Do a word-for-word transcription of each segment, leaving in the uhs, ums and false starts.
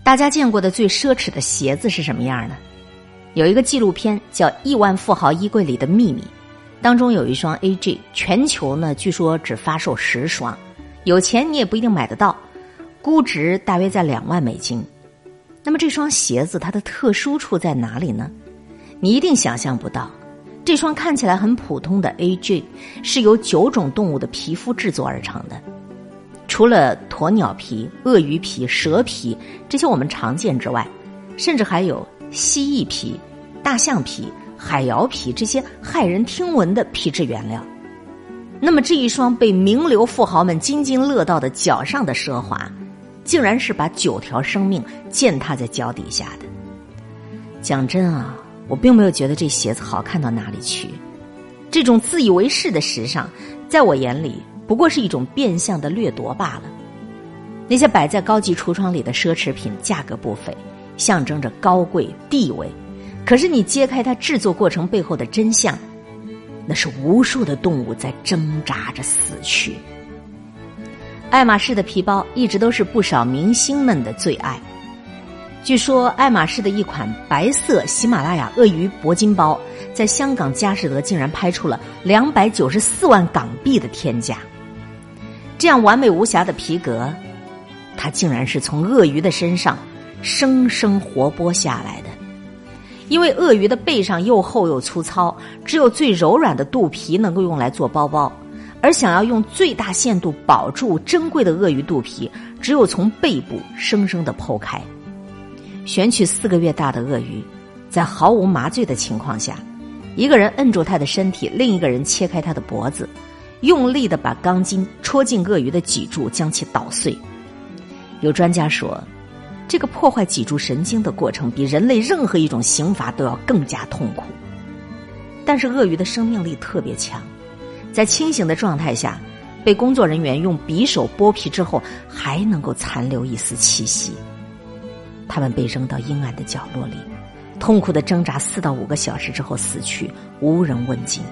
大家见过的最奢侈的鞋子是什么样呢？有一个纪录片叫《亿万富豪衣柜里的秘密》，当中有一双 A J， 全球呢据说只发售十双，有钱你也不一定买得到，估值大约在两万美金。那么这双鞋子它的特殊处在哪里呢？你一定想象不到，这双看起来很普通的 A J 是由九种动物的皮肤制作而成的。除了鸵鸟皮、鳄鱼皮、蛇皮这些我们常见之外，甚至还有蜥蜴皮、大象皮、海瑶皮这些骇人听闻的皮质原料。那么这一双被名流富豪们津津乐道的脚上的奢华，竟然是把九条生命践踏在脚底下的。讲真啊，我并没有觉得这鞋子好看到哪里去。这种自以为是的时尚，在我眼里不过是一种变相的掠夺罢了。那些摆在高级橱窗里的奢侈品价格不菲，象征着高贵地位，可是你揭开它制作过程背后的真相，那是无数的动物在挣扎着死去。爱马仕的皮包一直都是不少明星们的最爱。据说爱马仕的一款白色喜马拉雅鳄鱼铂金包，在香港佳士得竟然拍出了两百九十四万港币的天价。这样完美无瑕的皮革，它竟然是从鳄鱼的身上生生活剥下来的。因为鳄鱼的背上又厚又粗糙，只有最柔软的肚皮能够用来做包包，而想要用最大限度保住珍贵的鳄鱼肚皮，只有从背部生生地剖开。选取四个月大的鳄鱼，在毫无麻醉的情况下，一个人摁住它的身体，另一个人切开它的脖子，用力地把钢筋戳进鳄鱼的脊柱，将其捣碎。有专家说，这个破坏脊柱神经的过程比人类任何一种刑罚都要更加痛苦。但是鳄鱼的生命力特别强，在清醒的状态下，被工作人员用匕首剥皮之后，还能够残留一丝气息。他们被扔到阴暗的角落里，痛苦的挣扎四到五个小时之后死去，无人问津。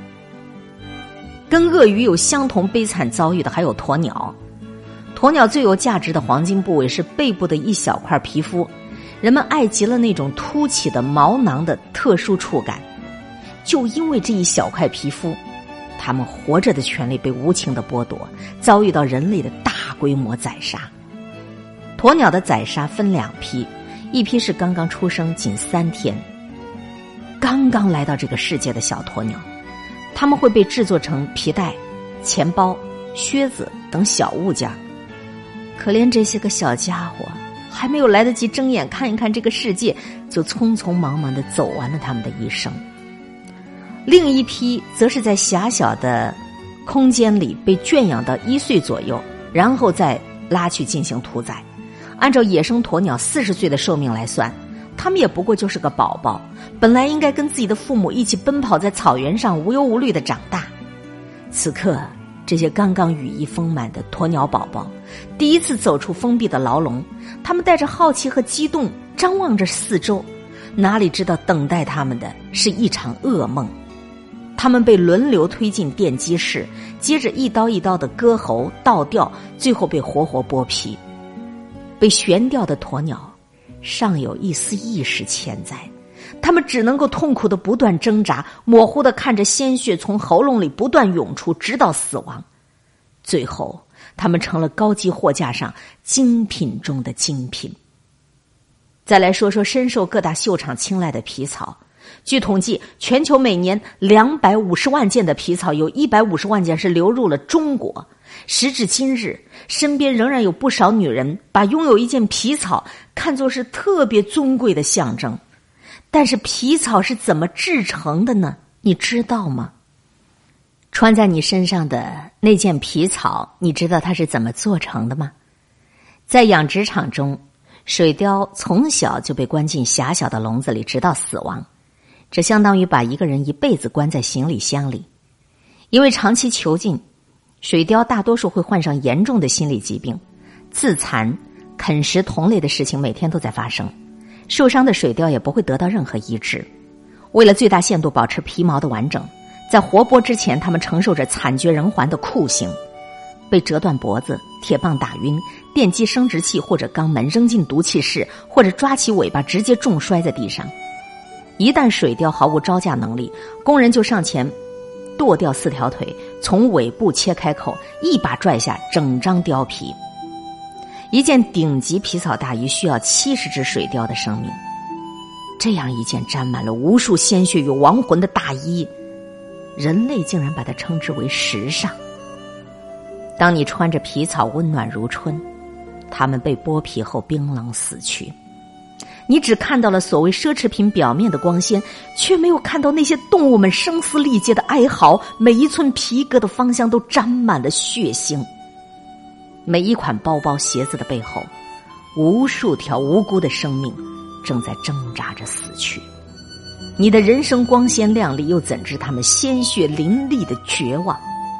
跟鳄鱼有相同悲惨遭遇的还有鸵鸟。鸵鸟最有价值的黄金部位是背部的一小块皮肤，人们爱极了那种凸起的毛囊的特殊触感。就因为这一小块皮肤，他们活着的权利被无情的剥夺，遭遇到人类的大规模宰杀。鸵鸟的宰杀分两批，一批是刚刚出生仅三天，刚刚来到这个世界的小鸵鸟，它们会被制作成皮带、钱包、靴子等小物件。可怜这些个小家伙，还没有来得及睁眼看一看这个世界，就匆匆忙忙地走完了他们的一生。另一批则是在狭小的空间里被圈养到一岁左右，然后再拉去进行屠宰。按照野生鸵鸟四十岁的寿命来算，他们也不过就是个宝宝，本来应该跟自己的父母一起奔跑在草原上，无忧无虑地长大。此刻，这些刚刚羽翼丰满的鸵鸟宝宝第一次走出封闭的牢笼，他们带着好奇和激动张望着四周，哪里知道等待他们的是一场噩梦。他们被轮流推进电击室，接着一刀一刀的割喉倒吊，最后被活活剥皮。被悬吊的鸵鸟尚有一丝意识潜在，他们只能够痛苦地不断挣扎，模糊地看着鲜血从喉咙里不断涌出，直到死亡。最后他们成了高级货架上精品中的精品。再来说说深受各大秀场青睐的皮草。据统计，全球每年两百五十万件的皮草，有一百五十万件是流入了中国。时至今日，身边仍然有不少女人把拥有一件皮草看作是特别尊贵的象征。但是皮草是怎么制成的呢？你知道吗？穿在你身上的那件皮草，你知道它是怎么做成的吗？在养殖场中，水貂从小就被关进狭小的笼子里，直到死亡。这相当于把一个人一辈子关在行李箱里。因为长期囚禁，水貂大多数会患上严重的心理疾病，自残、啃食同类的事情每天都在发生。受伤的水貂也不会得到任何医治。为了最大限度保持皮毛的完整，在活剥之前，他们承受着惨绝人寰的酷刑。 被折断脖子、铁棒打晕、电击生殖器或者肛门扔进毒气室，或者抓起尾巴直接重摔在地上。一旦水貂毫无招架能力，工人就上前剁掉四条腿，从尾部切开口，一把拽下整张貂皮。一件顶级皮草大衣需要七十只水貂的生命，这样一件沾满了无数鲜血与亡魂的大衣，人类竟然把它称之为时尚。当你穿着皮草温暖如春，它们被剥皮后冰冷死去。你只看到了所谓奢侈品表面的光鲜，却没有看到那些动物们声嘶力竭的哀嚎，每一寸皮革的芳香都沾满了血腥。每一款包包鞋子的背后，无数条无辜的生命正在挣扎着死去。你的人生光鲜亮丽，又怎知他们鲜血淋漓的绝望？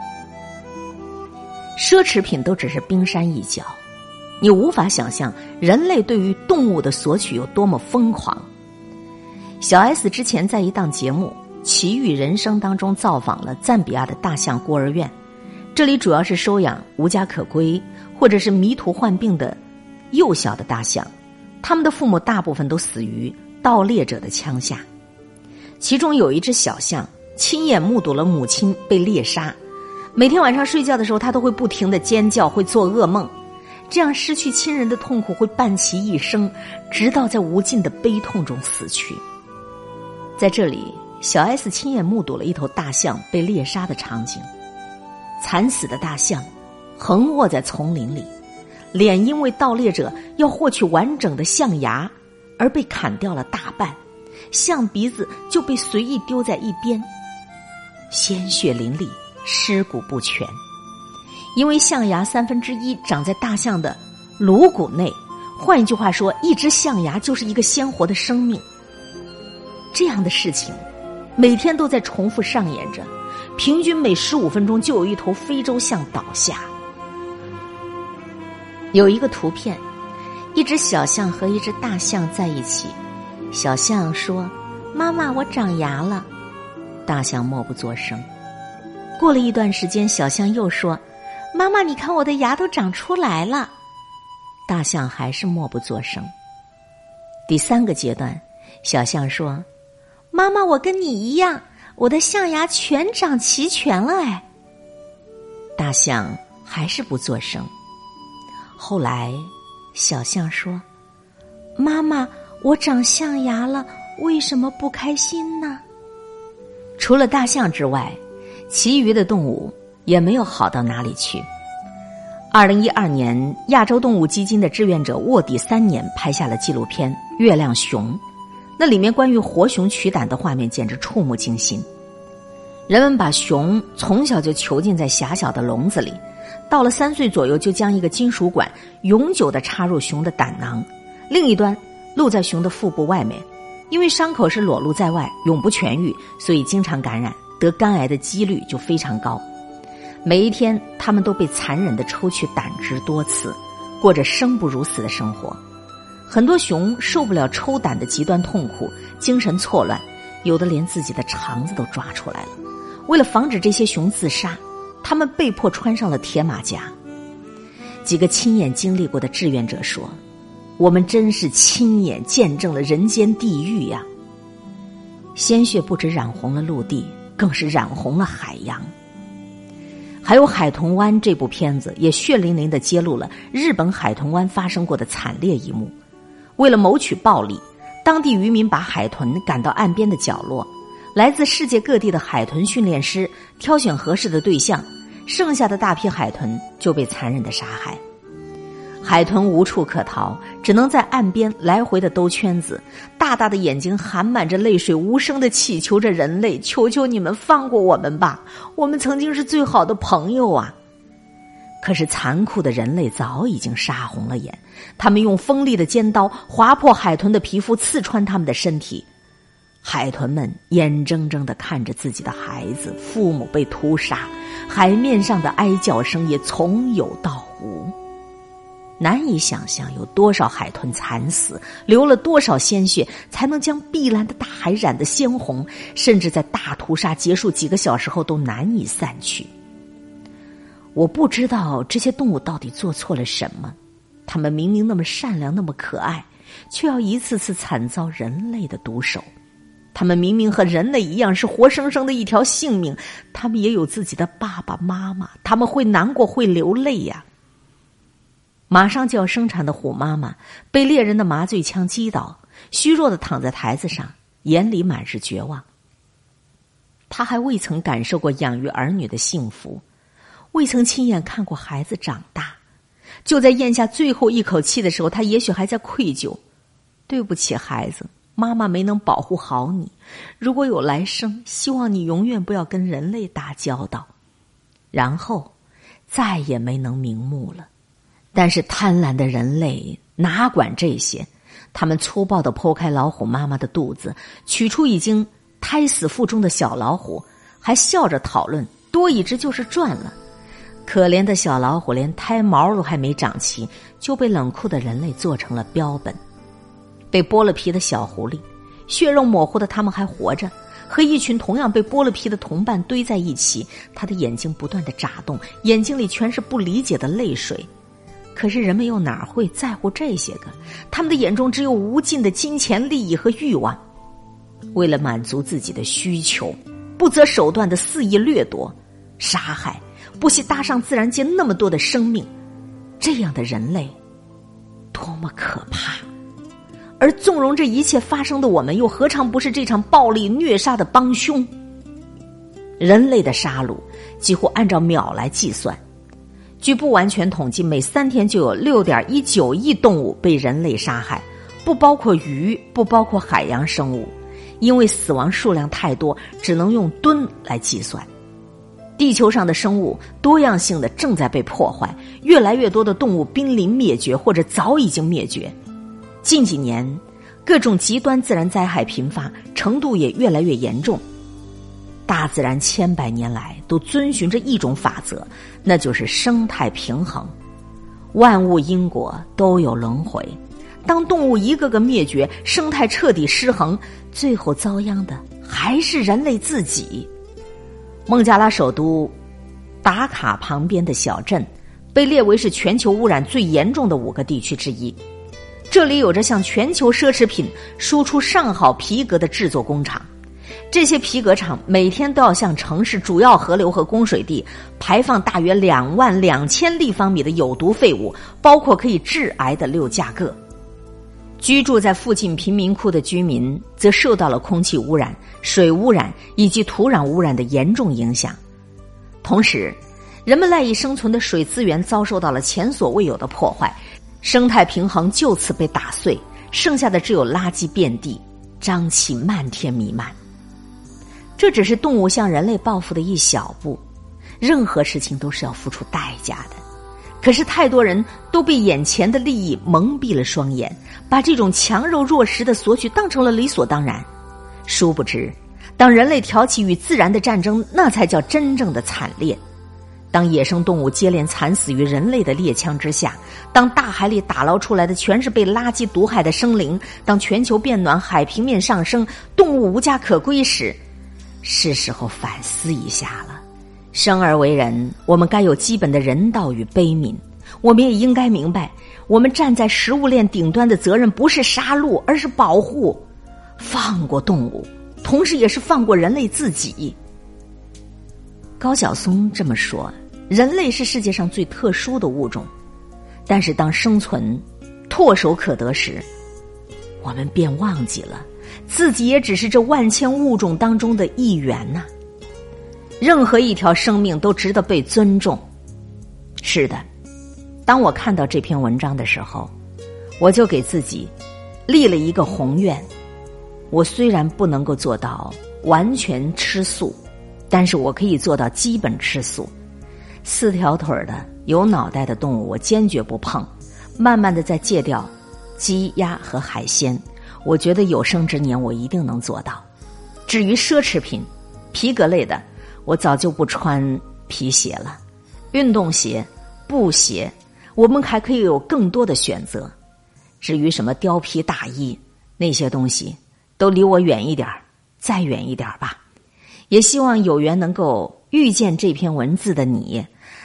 奢侈品都只是冰山一角，你无法想象人类对于动物的索取有多么疯狂。小 S 之前在一档节目《奇遇人生》当中造访了赞比亚的大象孤儿院，这里主要是收养无家可归或者是迷途患病的幼小的大象，他们的父母大部分都死于盗猎者的枪下。其中有一只小象亲眼目睹了母亲被猎杀，每天晚上睡觉的时候，他都会不停地尖叫，会做噩梦。这样失去亲人的痛苦会伴其一生，直到在无尽的悲痛中死去。在这里，小 S 亲眼目睹了一头大象被猎杀的场景。惨死的大象横卧在丛林里，脸因为盗猎者要获取完整的象牙而被砍掉了大半，象鼻子就被随意丢在一边，鲜血淋漓，尸骨不全。因为象牙三分之一长在大象的颅骨内，换一句话说，一只象牙就是一个鲜活的生命。这样的事情每天都在重复上演着，平均每十五分钟就有一头非洲象倒下。有一个图片，一只小象和一只大象在一起，小象说：“妈妈，我长牙了。”大象默不作声。过了一段时间，小象又说：“妈妈，你看我的牙都长出来了。”大象还是默不作声。第三个阶段，小象说：“妈妈，我跟你一样，我的象牙全长齐全了。”哎，大象还是不作声。后来，小象说：“妈妈，我长象牙了，为什么不开心呢？”除了大象之外，其余的动物也没有好到哪里去。二零一二年，亚洲动物基金的志愿者卧底三年拍下了纪录片《月亮熊》，那里面关于活熊取胆的画面简直触目惊心。人们把熊从小就囚禁在狭小的笼子里，到了三岁左右就将一个金属管永久地插入熊的胆囊，另一端露在熊的腹部外面。因为伤口是裸露在外，永不痊愈，所以经常感染，得肝癌的几率就非常高。每一天他们都被残忍地抽取胆汁多次，过着生不如死的生活。很多熊受不了抽胆的极端痛苦，精神错乱，有的连自己的肠子都抓出来了。为了防止这些熊自杀，他们被迫穿上了铁马甲。几个亲眼经历过的志愿者说：“我们真是亲眼见证了人间地狱呀！”鲜血不止染红了陆地，更是染红了海洋。还有《海豚湾》这部片子也血淋淋地揭露了日本海豚湾发生过的惨烈一幕。为了谋取暴利，当地渔民把海豚赶到岸边的角落，来自世界各地的海豚训练师挑选合适的对象，剩下的大批海豚就被残忍地杀害。海豚无处可逃，只能在岸边来回的兜圈子，大大的眼睛含满着泪水，无声地祈求着人类：“求求你们放过我们吧，我们曾经是最好的朋友啊！”可是残酷的人类早已经杀红了眼，他们用锋利的尖刀划破海豚的皮肤，刺穿他们的身体。海豚们眼睁睁地看着自己的孩子、父母被屠杀，海面上的哀叫声也从有到无。难以想象有多少海豚惨死，流了多少鲜血，才能将碧蓝的大海染得鲜红，甚至在大屠杀结束几个小时后都难以散去。 我不知道这些动物到底做错了什么，它们明明那么善良，那么可爱，却要一次次惨遭人类的毒手。它们明明和人类一样是活生生的一条性命，它们也有自己的爸爸妈妈，它们会难过，会流泪呀。马上就要生产的虎妈妈被猎人的麻醉枪击倒，虚弱地躺在台子上，眼里满是绝望。她还未曾感受过养育儿女的幸福，未曾亲眼看过孩子长大，就在咽下最后一口气的时候，她也许还在愧疚，对不起孩子，妈妈没能保护好你，如果有来生，希望你永远不要跟人类打交道。然后再也没能瞑目了。但是贪婪的人类哪管这些，他们粗暴地剖开老虎妈妈的肚子，取出已经胎死腹中的小老虎，还笑着讨论多一只就是赚了。可怜的小老虎连胎毛都还没长齐，就被冷酷的人类做成了标本。被剥了皮的小狐狸，血肉模糊的他们还活着，和一群同样被剥了皮的同伴堆在一起，他的眼睛不断地眨动，眼睛里全是不理解的泪水。可是人们又哪会在乎这些个？他们的眼中只有无尽的金钱、利益和欲望。为了满足自己的需求，不择手段的肆意掠夺、杀害，不惜搭上自然界那么多的生命，这样的人类多么可怕！而纵容这一切发生的我们，又何尝不是这场暴力虐杀的帮凶？人类的杀戮几乎按照秒来计算，据不完全统计，每三天就有 六点一九亿动物被人类杀害，不包括鱼，不包括海洋生物，因为死亡数量太多，只能用吨来计算。地球上的生物多样性的正在被破坏，越来越多的动物濒临灭绝，或者早已经灭绝。近几年，各种极端自然灾害频发，程度也越来越严重。大自然千百年来都遵循着一种法则，那就是生态平衡。万物因果都有轮回，当动物一个个灭绝，生态彻底失衡，最后遭殃的还是人类自己。孟加拉首都达卡旁边的小镇被列为是全球污染最严重的五个地区之一。这里有着向全球奢侈品输出上好皮革的制作工厂，这些皮革厂每天都要向城市主要河流和供水地排放大约两万两千立方米的有毒废物，包括可以致癌的六价铬。居住在附近贫民窟的居民则受到了空气污染、水污染以及土壤污染的严重影响。同时，人们赖以生存的水资源遭受到了前所未有的破坏，生态平衡就此被打碎，剩下的只有垃圾遍地，瘴气漫天弥漫。这只是动物向人类报复的一小步，任何事情都是要付出代价的。可是太多人都被眼前的利益蒙蔽了双眼，把这种强肉弱食的索取当成了理所当然。殊不知，当人类挑起与自然的战争，那才叫真正的惨烈。当野生动物接连惨死于人类的猎枪之下，当大海里打捞出来的全是被垃圾毒害的生灵，当全球变暖，海平面上升，动物无家可归时，是时候反思一下了。生而为人，我们该有基本的人道与悲悯，我们也应该明白，我们站在食物链顶端的责任不是杀戮，而是保护。放过动物，同时也是放过人类自己。高晓松这么说，人类是世界上最特殊的物种，但是当生存唾手可得时，我们便忘记了自己也只是这万千物种当中的一员呐、啊。任何一条生命都值得被尊重。是的，当我看到这篇文章的时候，我就给自己立了一个宏愿。我虽然不能够做到完全吃素，但是我可以做到基本吃素。四条腿的有脑袋的动物我坚决不碰，慢慢的再戒掉鸡鸭和海鲜，我觉得有生之年我一定能做到。至于奢侈品皮革类的，我早就不穿皮鞋了，运动鞋、布鞋，我们还可以有更多的选择。至于什么貂皮大衣，那些东西都离我远一点，再远一点吧。也希望有缘能够遇见这篇文字的你，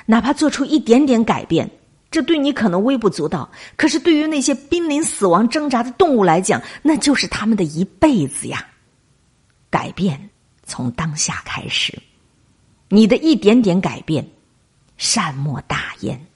哪怕做出一点点改变，这对你可能微不足道，可是对于那些濒临死亡挣扎的动物来讲，那就是他们的一辈子呀。改变从当下开始，你的一点点改变，善莫大焉。